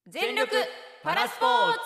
全力パラスポーツ。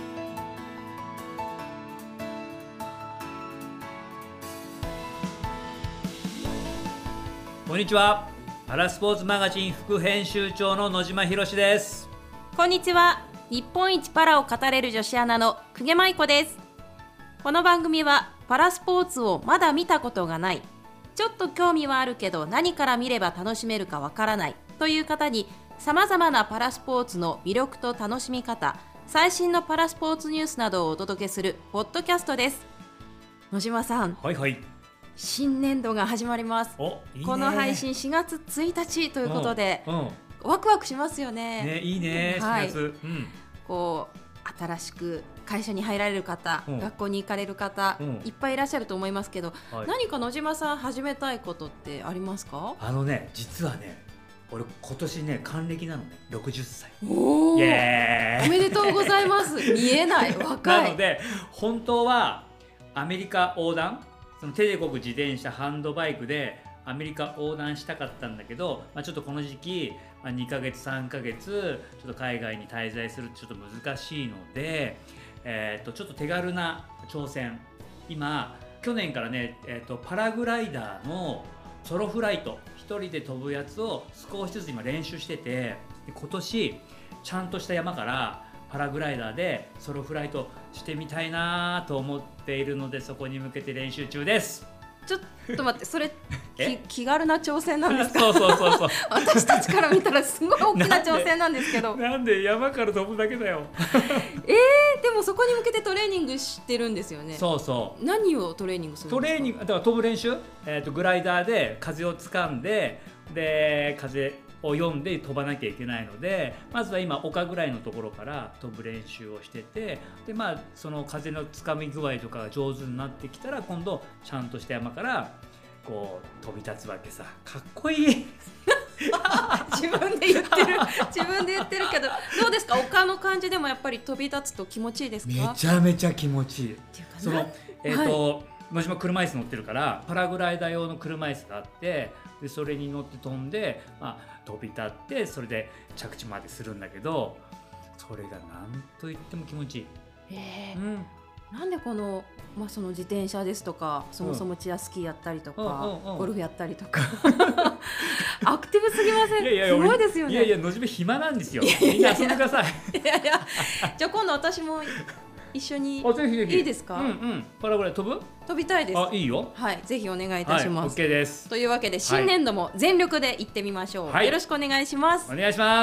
こんにちは。パラスポーツマガジン副編集長の野島博です。 こんにちは。日本一パラを語れる女子アナの久下舞子です。この番組はパラスポーツをまだ見たことがない、ちょっと興味はあるけど何から見れば楽しめるかわからないという方に、さまざまなパラスポーツの魅力と楽しみ方、最新のパラスポーツニュースなどをお届けするポッドキャストです。野島さん、 はいはい。 新年度が始まります。 いいね。 この配信4月1日ということで、ワクワクしますよね。 ね、いいね、4月、 こう新しく会社に入られる方、学校に行かれる方、いっぱいいらっしゃると思いますけど、何か野島さん始めたいことってありますか？ 実はね、俺今年ね還暦なのね、60歳。 おめでとうございます。見えない若い。 なので本当はアメリカ横断、その手で漕ぐ自転車、ハンドバイクでアメリカ横断したかったんだけど、ちょっとこの時期、2ヶ月3ヶ月ちょっと海外に滞在するとちょっと難しいので、ちょっと手軽な挑戦、今去年からね、パラグライダーのソロフライト、一人で飛ぶやつを少しずつ今練習してて、で今年ちゃんとした山からパラグライダーでソロフライトしてみたいなと思っているので、そこに向けて練習中です。 ちょっと待って、それ気軽な挑戦なんですか？ そう私たちから見たらすごい大きな挑戦なんですけど。 なんで山から飛ぶだけだよ。 でもそこに向けてトレーニングしてるんですよね。 そう。 何をトレーニングするんですか？ トレーニングだから飛ぶ練習、グライダーで風をつかんで、風を読んで飛ばなきゃいけないので、まずは今丘ぐらいのところから飛ぶ練習をしてて、でその風のつかみ具合とかが上手になってきたら、今度ちゃんとした山からこう飛び立つわけさ。かっこいい。 自分で言ってるけど、どうですか？丘の感じでもやっぱり飛び立つと気持ちいいですか？ めちゃめちゃ気持ちいい。その野島車椅子乗ってるから、パラグライダー用の車椅子があって、でそれに乗って飛んで、飛び立って、それで着地までするんだけど、それが何と言っても気持ちいい。 なんでこの、その自転車ですとか、そもそもチェアスキーやったりとか、ゴルフやったりとかアクティブすぎません？すごいですよね。 いや野島暇なんですよ。みんな遊んでください。 じゃあ今度私も一緒にいいですか？ パラグライダー飛びたいです。 いいよ。 はい、ぜひお願いいたします。 OK です。 というわけで新年度も全力で行ってみましょう。よろしくお願いします。 お願いします。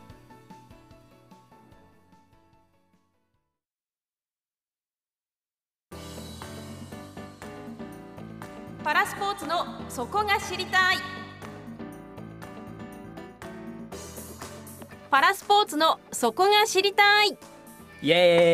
パラスポーツのそこが知りたい。パラスポーツのそこが知りたい。 イ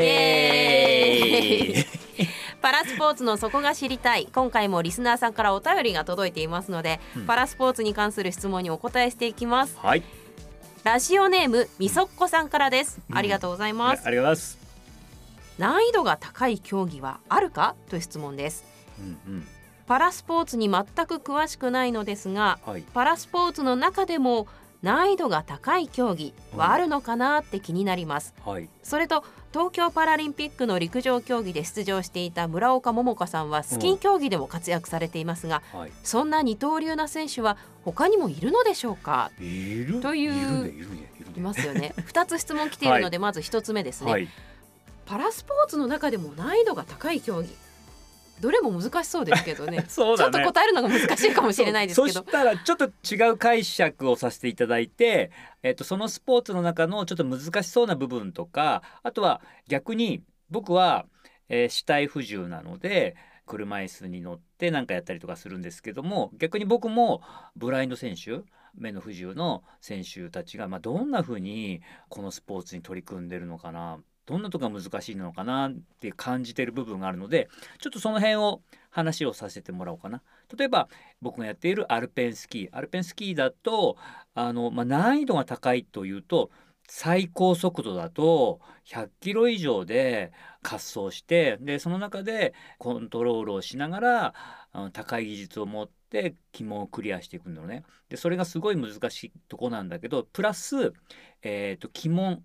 エーイ。 パラスポーツのそこが知りたい。今回もリスナーさんからお便りが届いていますので、パラスポーツに関する質問にお答えしていきます。ラジオネームみそっこさんからです。ありがとうございます。 ありがとうございます。 難易度が高い競技はあるかという質問です。パラスポーツに全く詳しくないのですが、パラスポーツの中でも難易度が高い競技はあるのかなって気になります。それと東京パラリンピックの陸上競技で出場していた村岡桃佳さんはスキー競技でも活躍されていますが、そんな二刀流な選手は他にもいるのでしょうか？といういますよね。2つ質問来ているので、まず1つ目ですね。パラスポーツの中でも難易度が高い競技、どれも難しそうですけどね。 そうだね、 ちょっと答えるのが難しいかもしれないですけど。 そしたらちょっと違う解釈をさせていただいて、そのスポーツの中のちょっと難しそうな部分とか、あとは逆に僕は、肢体不自由なので車椅子に乗ってなんかやったりとかするんですけども、逆に僕もブラインド選手、目の不自由の選手たちが、どんな風にこのスポーツに取り組んでるのかな、どんなとこが難しいのかなって感じている部分があるので、ちょっとその辺を話をさせてもらおうかな。例えば僕がやっているアルペンスキーだと難易度が高いというと、最高速度だと100キロ以上で滑走して、でその中でコントロールをしながら高い技術を持って鬼門をクリアしていくのね。でそれがすごい難しいとこなんだけど、プラス、鬼門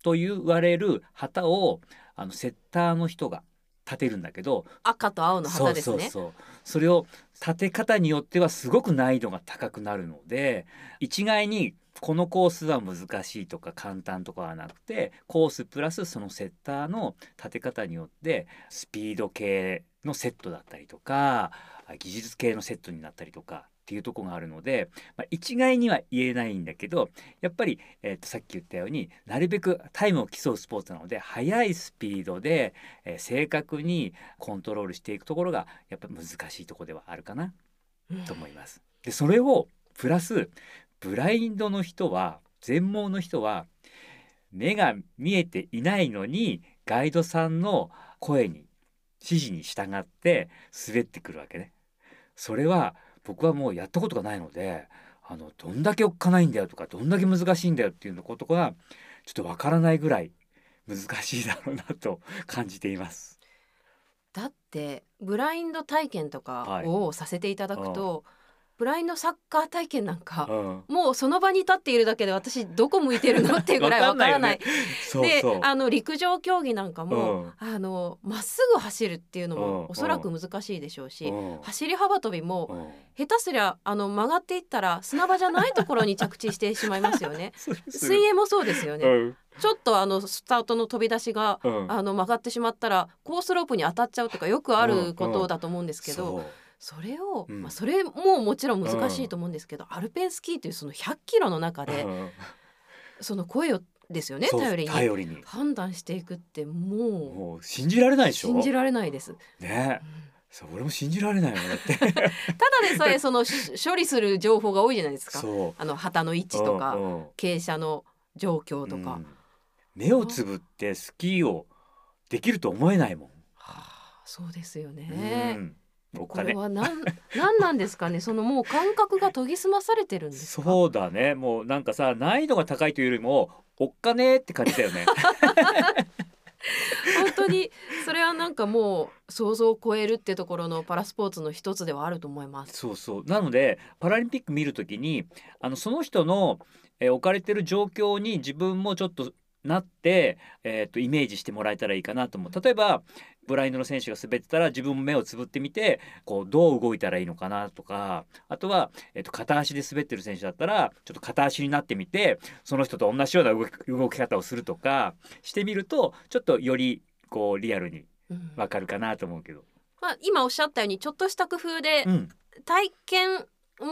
と言われる旗をセッターの人が立てるんだけど、 赤と青の旗ですね。 それを立て方によってはすごく難易度が高くなるので、一概にこのコースは難しいとか簡単とかはなくて、コースプラスそのセッターの立て方によってスピード系のセットだったりとか技術系のセットになったりとかっていうところがあるので、一概には言えないんだけど、やっぱり、さっき言ったようになるべくタイムを競うスポーツなので、速いスピードで、正確にコントロールしていくところがやっぱ難しいところではあるかなと思います。でそれをプラスブラインドの人は、全盲の人は目が見えていないのにガイドさんの声に指示に従って滑ってくるわけね。それは僕はもうやったことがないので、どんだけおっかないんだよとか、どんだけ難しいんだよっていうのことがちょっとわからないぐらい難しいだろうなと感じています。 だってブラインド体験とかをさせていただくと、ブラインドサッカー体験なんか、もうその場に立っているだけで私どこ向いてるのっていうぐらいわからない。で陸上競技なんかも、まっすぐ走るっていうのもおそらく難しいでしょうし、走り幅跳びも、下手すりゃ曲がっていったら砂場じゃないところに着地してしまいますよね。水泳もそうですよね。ちょっとスタートの飛び出しが、曲がってしまったらコースロープに当たっちゃうとかよくあることだと思うんですけど、それを、それももちろん難しいと思うんですけど、アルペンスキーというその100キロの中で、その声をですよね、頼りに判断していくってもう信じられないでしょ。 信じられないですね。俺も信じられないよねってただでさえその処理する情報が多いじゃないですか。旗の位置とか、傾斜の状況とか、 目をつぶってスキーをできると思えないもん。 そうですよね。これは何なんですかね。そのもう感覚が研ぎ澄まされてるんですか。 そうだね。もうなんかさ、難易度が高いというよりもおっかねーって感じだよね本当にそれはなんかもう想像を超えるってところのパラスポーツの一つではあると思います。 そうなのでパラリンピック見るときにその人の、置かれてる状況に自分もちょっとなって、イメージしてもらえたらいいかなと思う。例えばブラインドの選手が滑ってたら自分も目をつぶってみてどう動いたらいいのかなとか、あとは、片足で滑ってる選手だったらちょっと片足になってみてその人と同じような動き方をするとかしてみるとちょっとよりリアルにわかるかなと思うけど、 今おっしゃったようにちょっとした工夫で、体験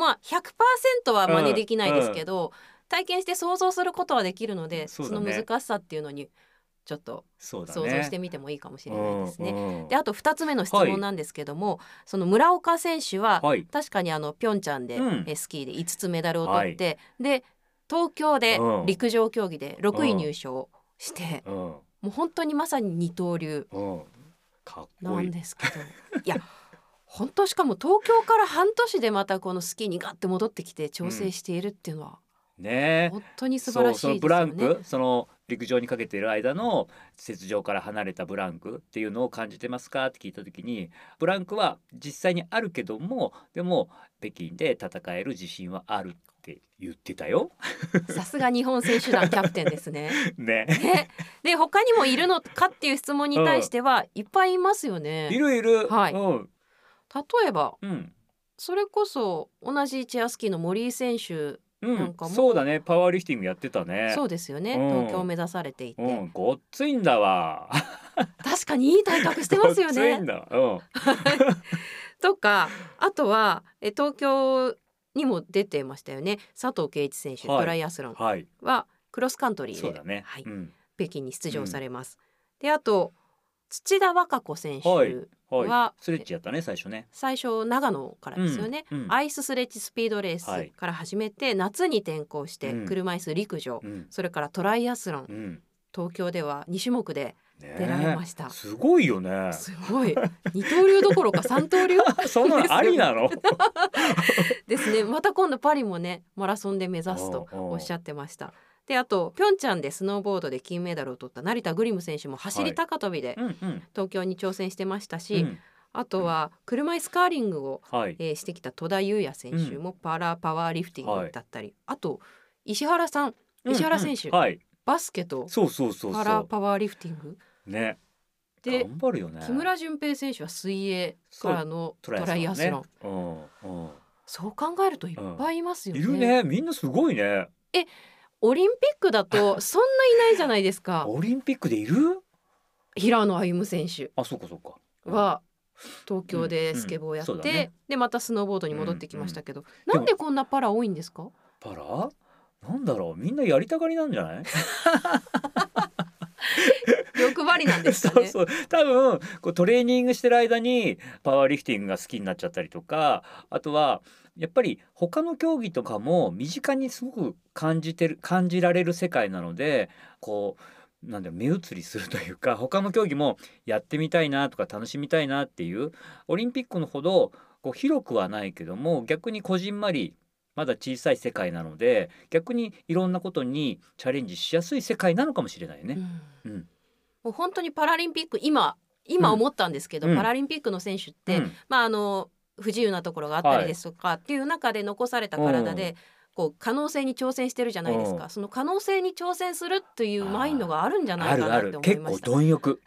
100% は真似できないですけど、体験して想像することはできるので、その難しさっていうのにちょっと想像してみてもいいかもしれないですね。であと2つ目の質問なんですけども、その村岡選手は、確かにピョンチャンで、スキーで5つメダルを取って、で東京で陸上競技で6位入賞して、もう本当にまさに二刀流なんですけど、いや本当しかも東京から半年でまたこのスキーにガッて戻ってきて調整しているっていうのは、本当に素晴らしいですよね。 そのブランク、その陸上にかけている間の雪上から離れたブランクっていうのを感じてますかって聞いた時に、ブランクは実際にあるけども、でも北京で戦える自信はあるって言ってたよ。 さすが日本選手団キャプテンですね。で他にもいるのかっていう質問に対してはいっぱいいますよね。 いる、例えば、それこそ同じチェアスキーの森井選手なんかも、 そうだね、パワーリフティングやってたね。 そうですよね、東京を目指されていて、 ごっついんだわ。 確かにいい体格してますよね。 ごっついんだ、 とか、あとは東京にも出てましたよね、佐藤圭一選手、トライアスロンはクロスカントリーで、北京に出場されます。であと土田和歌子選手は、 スレッジやったね、最初長野からですよね、アイススレッジスピードレースから始めて、夏に転向して車椅子陸上、それからトライアスロン、東京では2種目で出られました。 すごいよね。 すごい、二刀流どころか三刀流そんなのありなのですね。また今度パリもねマラソンで目指すとおっしゃってました。であとピョンチャンでスノーボードで金メダルを取った成田グリム選手も走り高跳びで東京に挑戦してましたし、あとは車椅子カーリングを、してきた戸田裕也選手もパワーリフティングだったり、あと石原選手、ババスケとパラパワーリフティングね。 で頑張るよね。 木村純平選手は水泳からのトライアスロン、そう考えるといっぱいいますよね。 いるね。みんなすごいね。 オリンピックだとそんないないじゃないですか。 オリンピックでいる？ 平野歩夢選手そうかは東京でスケボーやって、でまたスノーボードに戻ってきましたけど、なんでこんなパラ多いんですか？ パラ？なんだろう、みんなやりたがりなんじゃない？ 欲張りなんですかね。 そう多分トレーニングしてる間にパワーリフティングが好きになっちゃったりとか、あとはやっぱり他の競技とかも身近にすごく感じられる世界なので、なんだろう、目移りするというか、他の競技もやってみたいなとか楽しみたいなっていう、オリンピックのほど広くはないけども、逆にこじんまりまだ小さい世界なので、逆にいろんなことにチャレンジしやすい世界なのかもしれないね。 もう本当にパラリンピック今思ったんですけど、パラリンピックの選手って、不自由なところがあったりですとか、っていう中で残された体で、可能性に挑戦してるじゃないですか。その可能性に挑戦するというマインドがあるんじゃないかなって思いました。 結構貪欲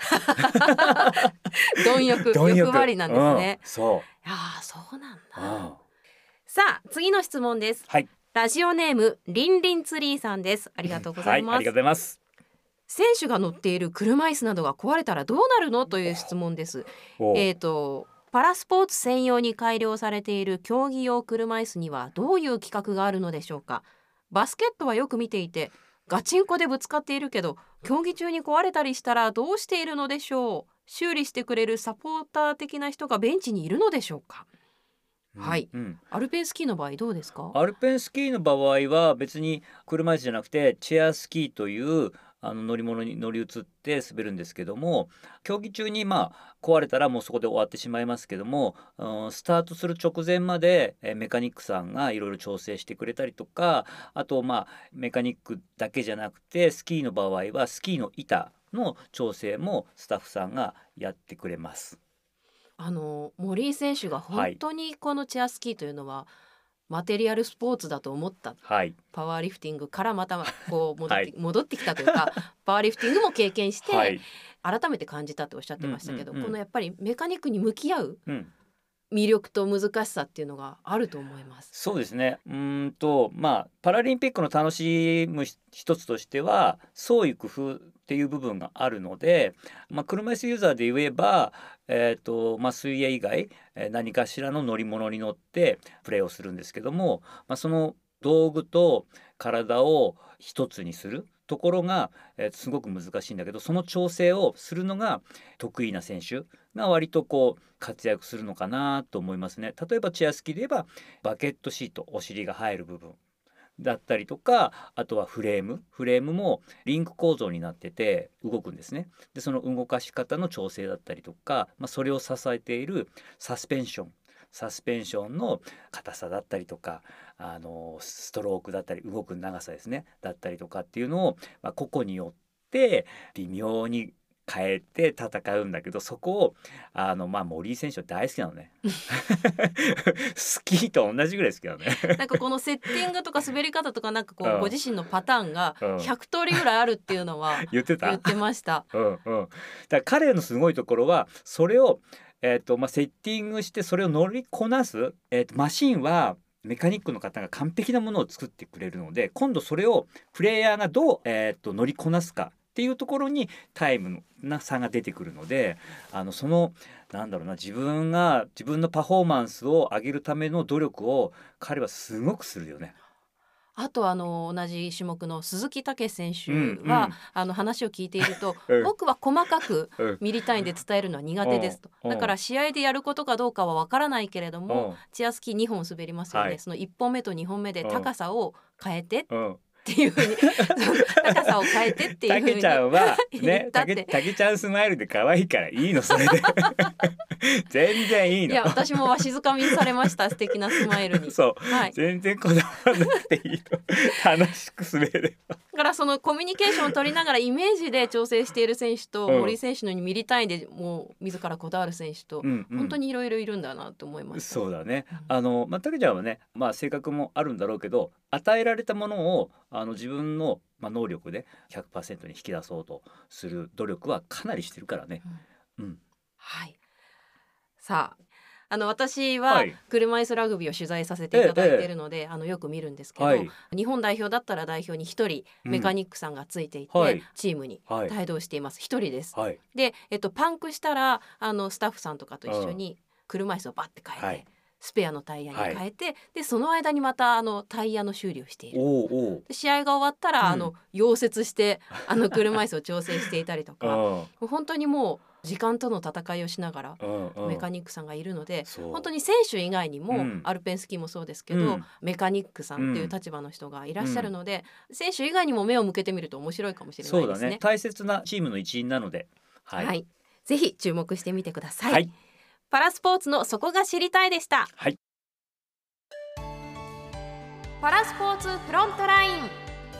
欲張りなんですね。 そうなんだ。さあ次の質問です。ラジオネームリンリンツリーさんです。ありがとうございます。 ありがとうございます。 選手が乗っている車椅子などが壊れたらどうなるのという質問です。パラスポーツ専用に改良されている競技用車椅子にはどういう規格があるのでしょうか。バスケットはよく見ていてガチンコでぶつかっているけど、競技中に壊れたりしたらどうしているのでしょう。修理してくれるサポーター的な人がベンチにいるのでしょうか。アルペンスキーの場合どうですか？ アルペンスキーの場合は別に車椅子じゃなくてチェアスキーという乗り物に乗り移って滑るんですけども、競技中に壊れたらもうそこで終わってしまいますけども、スタートする直前までメカニックさんがいろいろ調整してくれたりとか、あとメカニックだけじゃなくてスキーの場合はスキーの板の調整もスタッフさんがやってくれます。 森井選手が本当にこのチェアスキーというのはマテリアルスポーツだと思った、パワーリフティングからまた戻ってきたというかパワーリフティングも経験して、改めて感じたとおっしゃってましたけど、このやっぱりメカニックに向き合う魅力と難しさっていうのがあると思います。 そうですね。パラリンピックの楽しむ一つとしては創意工夫っていう部分があるので、車椅子ユーザーで言えば、水泳以外、何かしらの乗り物に乗ってプレーをするんですけども、その道具と体を一つにするところが、すごく難しいんだけど、その調整をするのが得意な選手が割と活躍するのかなと思いますね。例えばチェアスキーで言えばバケットシート、お尻が入る部分だったりとか、あとはフレームもリンク構造になってて動くんですね。でその動かし方の調整だったりとか、それを支えているサスペンションの硬さだったりとか、ストロークだったり動く長さですねだったりとかっていうのを、個々によって微妙に変えて戦うんだけど、そこを森井選手は大好きなのねスキーと同じぐらい好きなのねなんかこのセッティングとか滑り方とかご自身のパターンが100通りぐらいあるっていうのは言ってました。 だから彼のすごいところはそれを、セッティングしてそれを乗りこなす、マシンはメカニックの方が完璧なものを作ってくれるので、今度それをプレイヤーがどう、乗りこなすかっていうところにタイムの差が出てくるので、自分のパフォーマンスを上げるための努力を彼はすごくするよね。 あと同じ種目の鈴木猛史選手は、話を聞いていると、僕は細かくミリ単位で伝えるのは苦手ですと、だから試合でやることかどうかはわからないけれども、チェアスキー2本滑りますよね、その1本目と2本目で高さを変えてっていう風に高さを変えてっていう風にたけちゃんはね、たけちゃんスマイルで可愛いからいいのそれで全然いいの。 いや私もわしづかみにされました、素敵なスマイルに。 全然こだわらなくていいの楽しく滑れば。 だからそのコミュニケーションを取りながらイメージで調整している選手と、森選手のようにミリ単位でもう自らこだわる選手と、本当にいろいろいるんだなと思いました。 そうだね。たけちゃんはね、性格もあるんだろうけど、与えられたものを自分の能力で 100% に引き出そうとする努力はかなりしてるからね。 はい。さあ私は車椅子ラグビーを取材させていただいているので、よく見るんですけど、日本代表だったら代表に1人メカニックさんがついていて、チームに帯同しています。1人です。で、パンクしたらスタッフさんとかと一緒に車椅子をバッて変えて、スペアのタイヤに変えて、でその間にまたタイヤの修理をしている。で試合が終わったら溶接して車椅子を調整していたりとか本当にもう時間との戦いをしながらメカニックさんがいるので、本当に選手以外にも、アルペンスキーもそうですけど、メカニックさんっていう立場の人がいらっしゃるので、選手以外にも目を向けてみると面白いかもしれないですね。 そうだね、大切なチームの一員なので、 ぜひ注目してみてください。パラスポーツのそこが知りたいでした。パラスポーツフロントライン。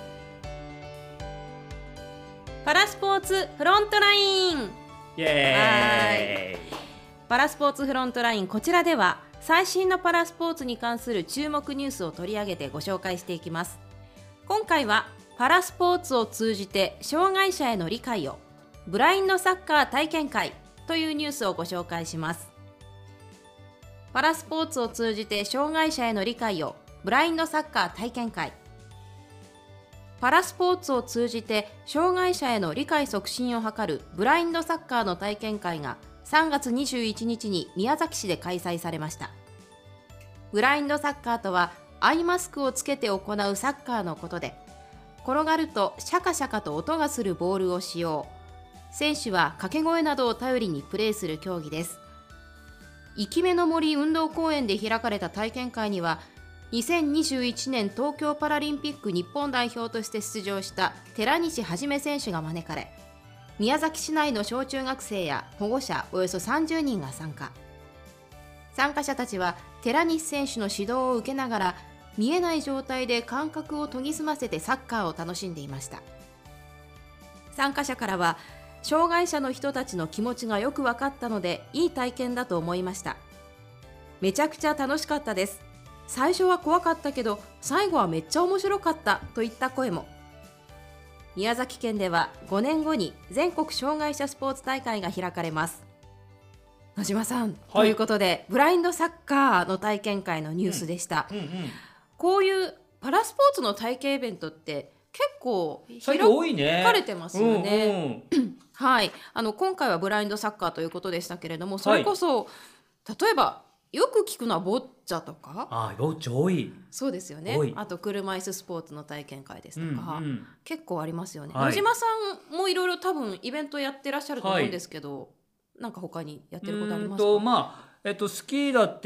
パラスポーツフロントライン。 イエーイ。 パラスポーツフロントライン、こちらでは最新のパラスポーツに関する注目ニュースを取り上げてご紹介していきます。今回はパラスポーツを通じて障害者への理解を、ブラインドサッカー体験会というニュースをご紹介します。パラスポーツを通じて障害者への理解を、ブラインドサッカー体験会。パラスポーツを通じて障害者への理解促進を図るブラインドサッカーの体験会が3月21日に宮崎市で開催されました。ブラインドサッカーとはアイマスクをつけて行うサッカーのことで、転がるとシャカシャカと音がするボールを使用。選手は掛け声などを頼りにプレーする競技です。生き目の森運動公園で開かれた体験会には、2021年東京パラリンピック日本代表として出場した寺西はじめ選手が招かれ、宮崎市内の小中学生や保護者およそ30人が参加。参加者たちは寺西選手の指導を受けながら、見えない状態で感覚を研ぎ澄ませてサッカーを楽しんでいました。参加者からは、障害者の人たちの気持ちがよく分かったのでいい体験だと思いました。めちゃくちゃ楽しかったです。最初は怖かったけど最後はめっちゃ面白かったといった声も。宮崎県では5年後に全国障害者スポーツ大会が開かれます。野島さん、ということでブラインドサッカーの体験会のニュースでした。こういうパラスポーツの体験イベントって結構開かれてますよね。はい、今回はブラインドサッカーということでしたけれども、それこそ、例えばよく聞くのはボッチャとか。 ボッチャ多い。 そうですよね。あと車椅子スポーツの体験会ですとか、結構ありますよね。野島さんもいろいろ多分イベントやってらっしゃると思うんですけど、なんか他にやってることありますか？ スキーだって、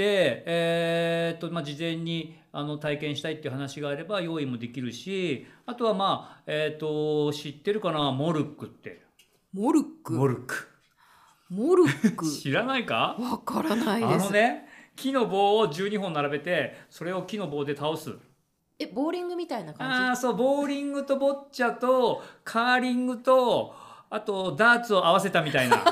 事前に体験したいっていう話があれば用意もできるし、あとは知ってるかな、モルックって。モルック知らないか？ わからないです。 木の棒を12本並べて、それを木の棒で倒す。 ボーリングみたいな感じ？ そう、ボーリングとボッチャとカーリングと、あとダーツを合わせたみたいな。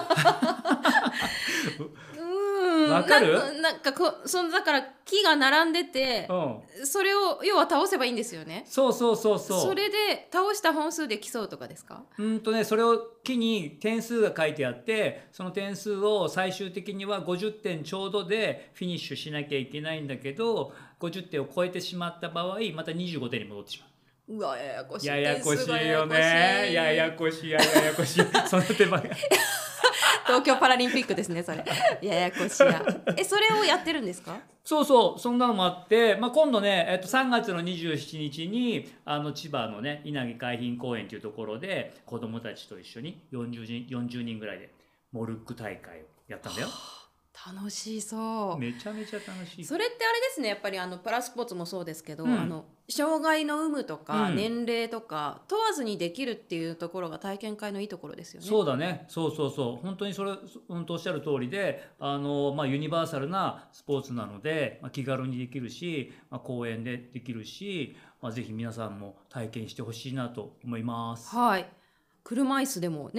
わかる？ なんかだから木が並んでて、それを要は倒せばいいんですよね。 そう。 それで倒した本数で競うとかですか？ それを木に点数が書いてあって、その点数を最終的には50点ちょうどでフィニッシュしなきゃいけないんだけど、50点を超えてしまった場合また25点に戻ってしまう。 うわ、ややこしい。 ややこしいよね。ややこしい。その手前。 東京パラリンピックですね、それ。ややこしや。それをやってるんですか？ そう、そんなのもあって、今度ね、3月の27日に千葉のね、稲毛海浜公園というところで子どもたちと一緒に40人ぐらいでモルック大会をやったんだよ。 楽しそう。 めちゃめちゃ楽しい。 それってあれですね、やっぱりパラスポーツもそうですけど、障害の有無とか年齢とか問わずにできるっていうところが体験会のいいところですよね。 そうだね。そう本当にそれおっしゃる通りで、ユニバーサルなスポーツなので、気軽にできるし、公園でできるし、ぜひ皆さんも体験してほしいなと思います。 はい。車椅子でもね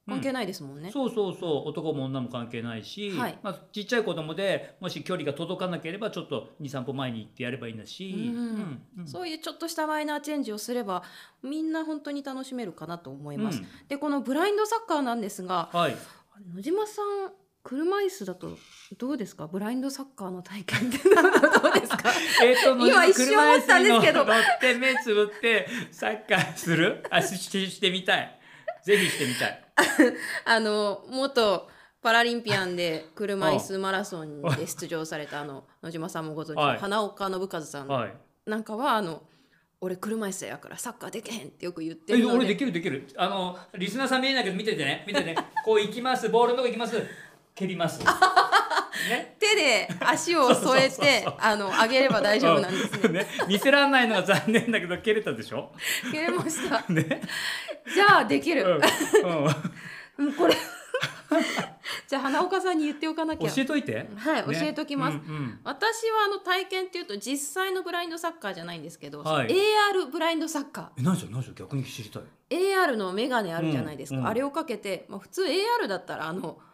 関係ないですもんね。 そうそうそう、男も女も関係ないし、ちっちゃい子供でもし距離が届かなければちょっと 2,3 歩前に行ってやればいいんだし、 そういうちょっとしたマイナーチェンジをすればみんな本当に楽しめるかなと思います。でこのブラインドサッカーなんですが、野島さん車椅子だとどうですか？ブラインドサッカーの体験ってどうですか？今一瞬思ったんですけど、 乗って目つぶってサッカーする？してみたい。ぜひしてみたい。 元パラリンピアンで車椅子マラソンで出場された野島さんもご存知の花岡信和さんなんかは俺車椅子やからサッカーできへんってよく言ってるので。 俺できるリスナーさん見えないけど見ててねこう行きます、ボールのとこ行きます、蹴ります、 ね、手で足を添えて上げれば大丈夫なんですね。 見せらんないのが残念だけど蹴れたでしょ？ 蹴れました、じゃあできる、これじゃあ花岡さんに言っておかなきゃ。 教えといて。 教えときます。私は体験っていうと実際のブラインドサッカーじゃないんですけど、AR ブラインドサッカー。 何じゃ逆に知りたい。 AR のメガネあるじゃないですか、あれをかけて、普通 AR だったら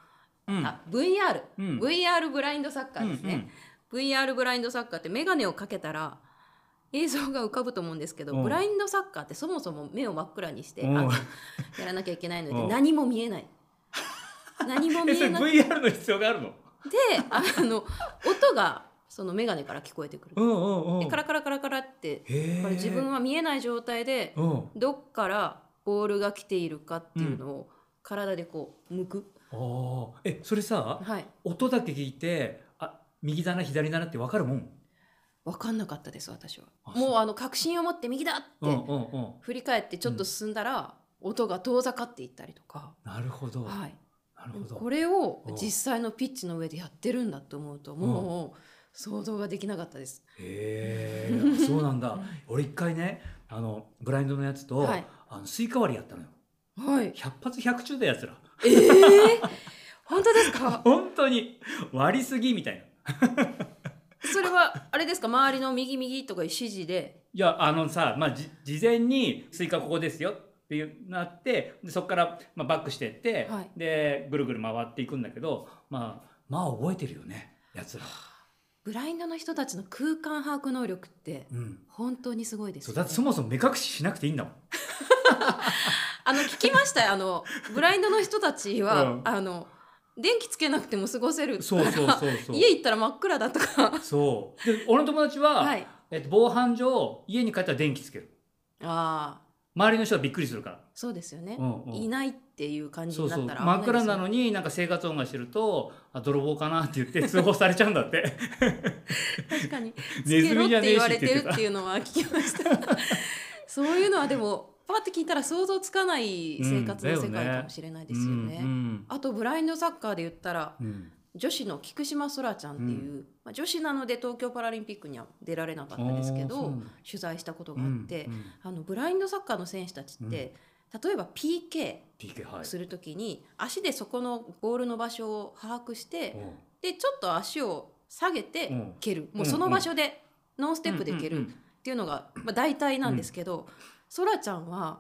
VR ブラインドサッカーですね、VR ブラインドサッカーってメガネをかけたら映像が浮かぶと思うんですけど、ブラインドサッカーってそもそも目を真っ暗にしてやらなきゃいけないので何も見えない。何も見えない。 VR の必要があるの？ で音がそのメガネから聞こえてくる。でカラカラカラカラってこれ自分は見えない状態でどっからボールが来ているかっていうのを体でこう向く。 それさ、音だけ聞いて右だな左だなって分かるもん？ 分かんなかったです私は。もう確信を持って右だって振り返ってちょっと進んだら、音が遠ざかっていったりとか。 なるほど。 これを実際のピッチの上でやってるんだと思うともう想像ができなかったです。 そうなんだ。俺一回ねブラインドのやつと、スイカ割りやったのよ。100発100中だやつら。 本当ですか？ 本当に割りすぎみたいな。 それはあれですか？周りの右右とか指示で？ いや事前にスイカここですよってなってでそこから、バックしてって、でぐるぐる回っていくんだけど覚えてるよねやつら。 ブラインドの人たちの空間把握能力って本当にすごいですよね。 だってそもそも目隠ししなくていいんだもん。 聞きましたよ。ブラインドの人たちは、電気つけなくても過ごせるから家行ったら真っ暗だとか。 そうで俺の友達は、防犯上家に帰ったら電気つける。周りの人はびっくりするから。そうですよね、いないっていう感じになったら、 真っ暗なのに生活音がしてると泥棒かなって言って通報されちゃうんだって。 確かにつけろって言われてるっていうのは聞きました。そういうのはでもパーって聞いたら想像つかない生活の世界かもしれないですよね。あとブラインドサッカーで言ったら、女子の菊島空ちゃんっていう、女子なので東京パラリンピックには出られなかったですけど取材したことがあって、ブラインドサッカーの選手たちって、例えば PK するときに足でそこのゴールの場所を把握して、でちょっと足を下げて蹴る、もうその場所でノンステップで蹴るっていうのが、大体なんですけど、空ちゃんは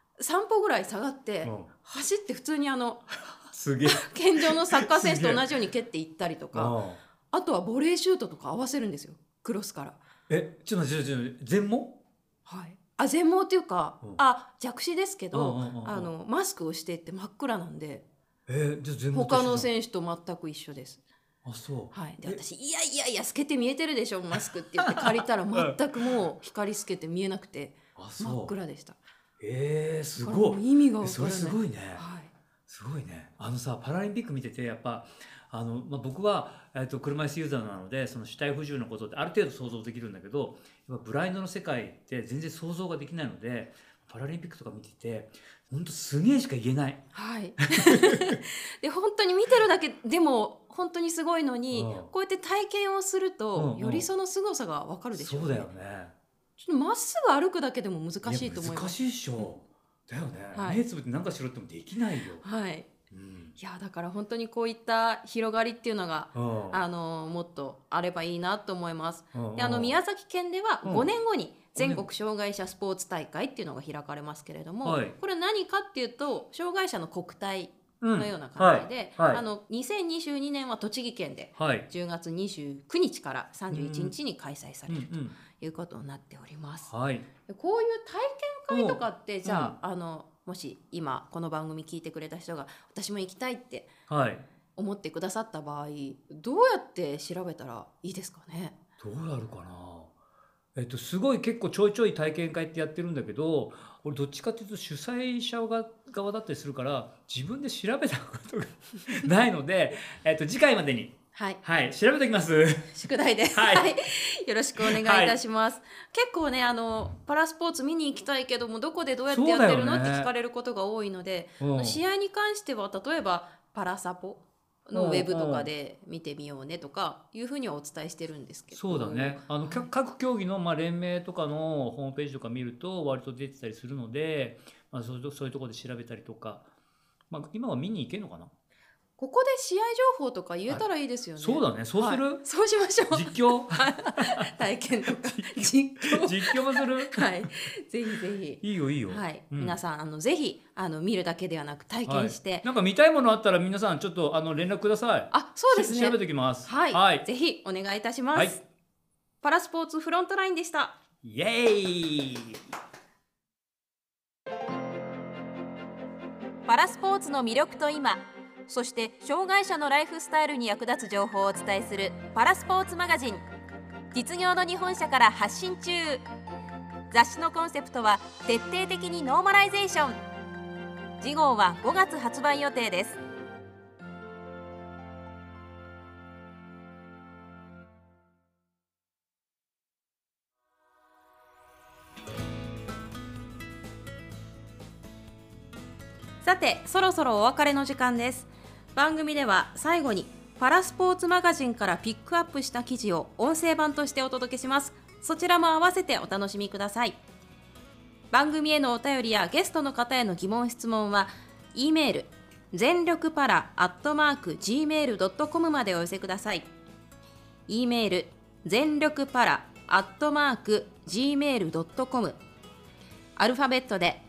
3歩ぐらい下がって走って普通にすげえ健常のサッカー選手と同じように蹴っていったりとか、あとはボレーシュートとか合わせるんですよ、クロスから。 ちょっと全盲？ 全盲っていうか、弱視ですけど、マスクをしていって真っ暗なんで、他の選手と全く一緒です。で私いや透けて見えてるでしょマスクって言って借りたら全くもう光透けて見えなくて真っ暗でした。 すごい。 意味が分からない。 それすごいね。すごいね。パラリンピック見ててやっぱ僕は、車椅子ユーザーなのでその肢体不自由なことってある程度想像できるんだけど、やっぱブラインドの世界って全然想像ができないので、パラリンピックとか見てて本当すげえしか言えない。 で本当に見てるだけでも本当にすごいのに、こうやって体験をすると、よりその凄さが分かるでしょうね。 そうだよね。 ちょっとまっすぐ歩くだけでも難しいと思います。 難しいっしょ。だよね。目つぶって何かしろってもできないよ。いやだから本当にこういった広がりっていうのが、もっとあればいいなと思います。で宮崎県では5年後に全国障害者スポーツ大会っていうのが開かれますけれども、これ何かっていうと障害者の国体のような感じで、2022年は栃木県で10月29日から31日に開催されるということになっております。こういう体験会とかって、じゃあ、もし今この番組聞いてくれた人が私も行きたいって思ってくださった場合、どうやって調べたらいいですかね。 どうやるかな。すごい結構ちょいちょい体験会ってやってるんだけど、俺どっちかっていうと主催者側だったりするから自分で調べたことがないので、次回までに調べておきます。 宿題で、よろしくお願いいたします。結構ね、パラスポーツ見に行きたいけども、どこでどうやってやってるのって聞かれることが多いので、試合に関しては例えばパラサポのウェブとかで見てみようねとかいうふうにはお伝えしてるんですけど。そうだね。各競技の連盟とかのホームページとか見ると割と出てたりするので、そういうところで調べたりとか、今は見に行けるのかな。 ここで試合情報とか言えたらいいですよね。 そうだね。そうする？ そうしましょう。 実況体験とか実況もする？ ぜひぜひ。 いいよいいよ。 皆さんぜひ見るだけではなく体験して、 なんか見たいものあったら皆さんちょっと連絡ください。 そうですね。 調べておきます。 ぜひお願いいたします。パラスポーツフロントラインでした。 イエーイ。 パラスポーツの魅力と今、そして障害者のライフスタイルに役立つ情報をお伝えするパラスポーツマガジン、実業の日本社から発信中。雑誌のコンセプトは徹底的にノーマライゼーション。次号は5月発売予定です。さて、そろそろお別れの時間です。番組では最後にパラスポーツマガジンからピックアップした記事を音声版としてお届けします。そちらも合わせてお楽しみください。番組へのお便りやゲストの方への疑問質問は E メール全力パラ@gmail.com までお寄せください。 E メール全力パラ@gmail.com、 アルファベットで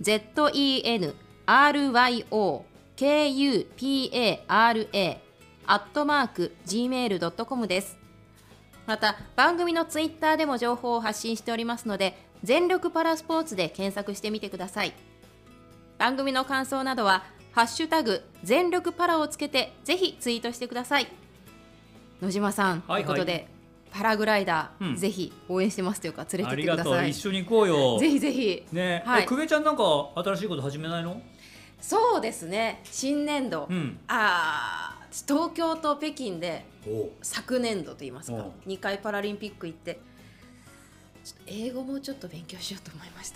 ZENRYOKUPARA@gmail.com です。また番組のツイッターでも情報を発信しておりますので、全力パラスポーツで検索してみてください。番組の感想などはハッシュタグ全力パラをつけてぜひツイートしてください。野島さん、ということでパラグライダー、ぜひ応援してますというか連れてってください。ありがとう。 一緒に行こうよ。 ぜひぜひね。くげちゃんなんか新しいこと始めないの？ そうですね、新年度、東京と北京で昨年度といいますか、2回パラリンピック行って、ちょっと英語もちょっと勉強しようと思いました。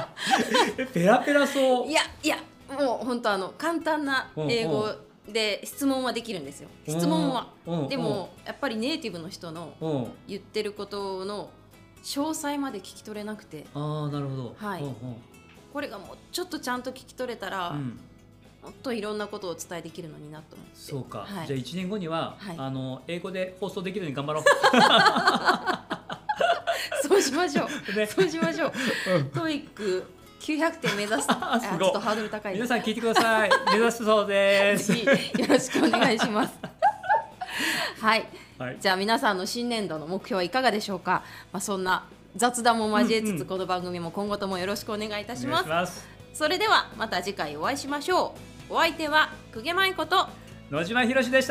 ペラペラそう。 いやもう本当簡単な英語で質問はできるんですよ。質問はでもやっぱりネイティブの人の言ってることの詳細まで聞き取れなくて。 なるほど。 これがもうちょっとちゃんと聞き取れたら、もっといろんなことをお伝えできるのになと思って。 そうか、じゃあ1年後には、英語で放送できるように頑張ろう。 そうしましょう、そうしましょう。トイック900点目指す。ちょっとハードル高い。 皆さん聞いてください。目指すそうです。 よろしくお願いします。じゃあ皆さんの新年度の目標はいかがでしょうか。そんな雑談も交えつつ、この番組も今後ともよろしくお願いいたします。それではまた次回お会いしましょう。お相手は久下舞子と野島ひろしでした。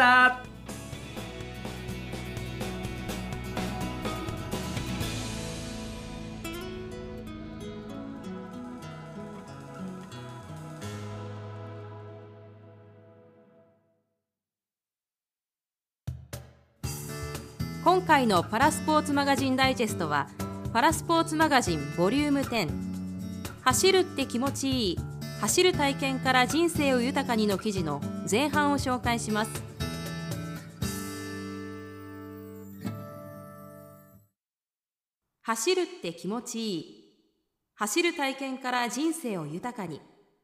今回のパラスポーツマガジンダイジェストはパラスポーツマガジンボリューム10、走るって気持ちいい、走る体験から人生を豊かにの記事の前半を紹介します。走るって気持ちいい、走る体験から人生を豊かに。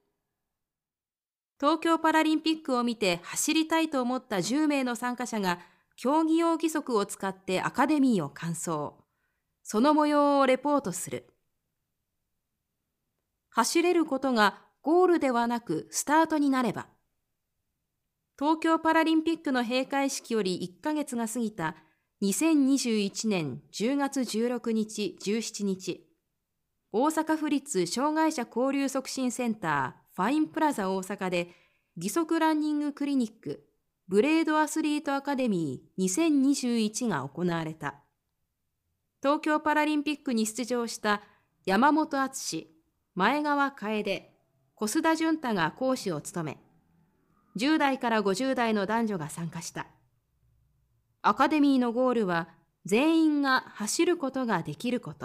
東京パラリンピックを見て走りたいと思った10名の参加者が競技用義足を使ってアカデミーを完走。その模様をレポートする。走れることがゴールではなくスタートになれば。東京パラリンピックの閉会式より1ヶ月が過ぎた2021年10月16日、17日、大阪府立障害者交流促進センターファインプラザ大阪で義足ランニングクリニックブレードアスリートアカデミー2021が行われた。東京パラリンピックに出場した山本篤、前川楓、小須田潤太が講師を務め、10代から50代の男女が参加した。アカデミーのゴールは全員が走ることができること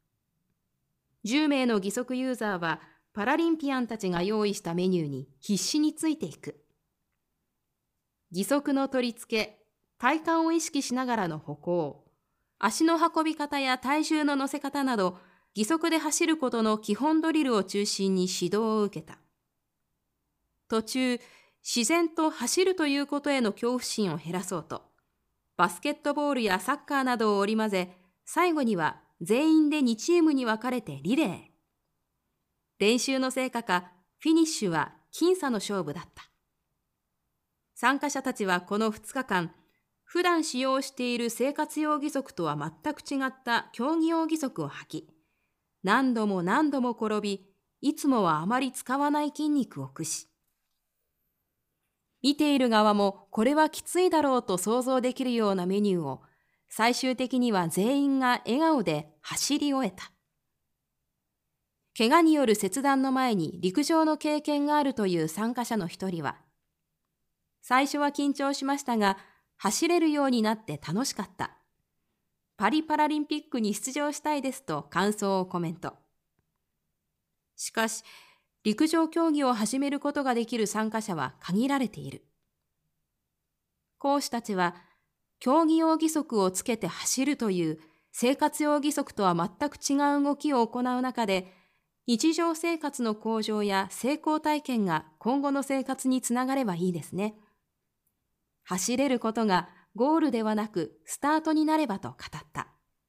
。10名の義足ユーザーはパラリンピアンたちが用意したメニューに必死についていく。義足の取り付け、体幹を意識しながらの歩行、足の運び方や体重の乗せ方など、義足で走ることの基本ドリルを中心に指導を受けた。途中、自然と走るということへの恐怖心を減らそうと、バスケットボールやサッカーなどを織り交ぜ、最後には全員で2チームに分かれてリレー。練習の成果か、フィニッシュは僅差の勝負だった。参加者たちはこの2日間、普段使用している生活用義足とは全く違った競技用義足を履き、何度も何度も転び、いつもはあまり使わない筋肉を駆使。見ている側もこれはきついだろうと想像できるようなメニューを、最終的には全員が笑顔で走り終えた。怪我による切断の前に陸上の経験があるという参加者の一人は、最初は緊張しましたが、走れるようになって楽しかった。パリパラリンピックに出場したいですと感想をコメント。しかし、陸上競技を始めることができる参加者は限られている。講師たちは、競技用義足をつけて走るという生活用義足とは全く違う動きを行う中で、日常生活の向上や成功体験が今後の生活につながればいいですね。走れることがゴールではなくスタートになればと語った。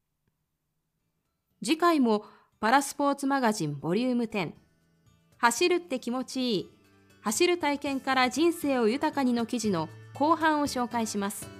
次回もパラスポーツマガジンボリューム10、走るって気持ちいい、走る体験から人生を豊かにの記事の後半を紹介します。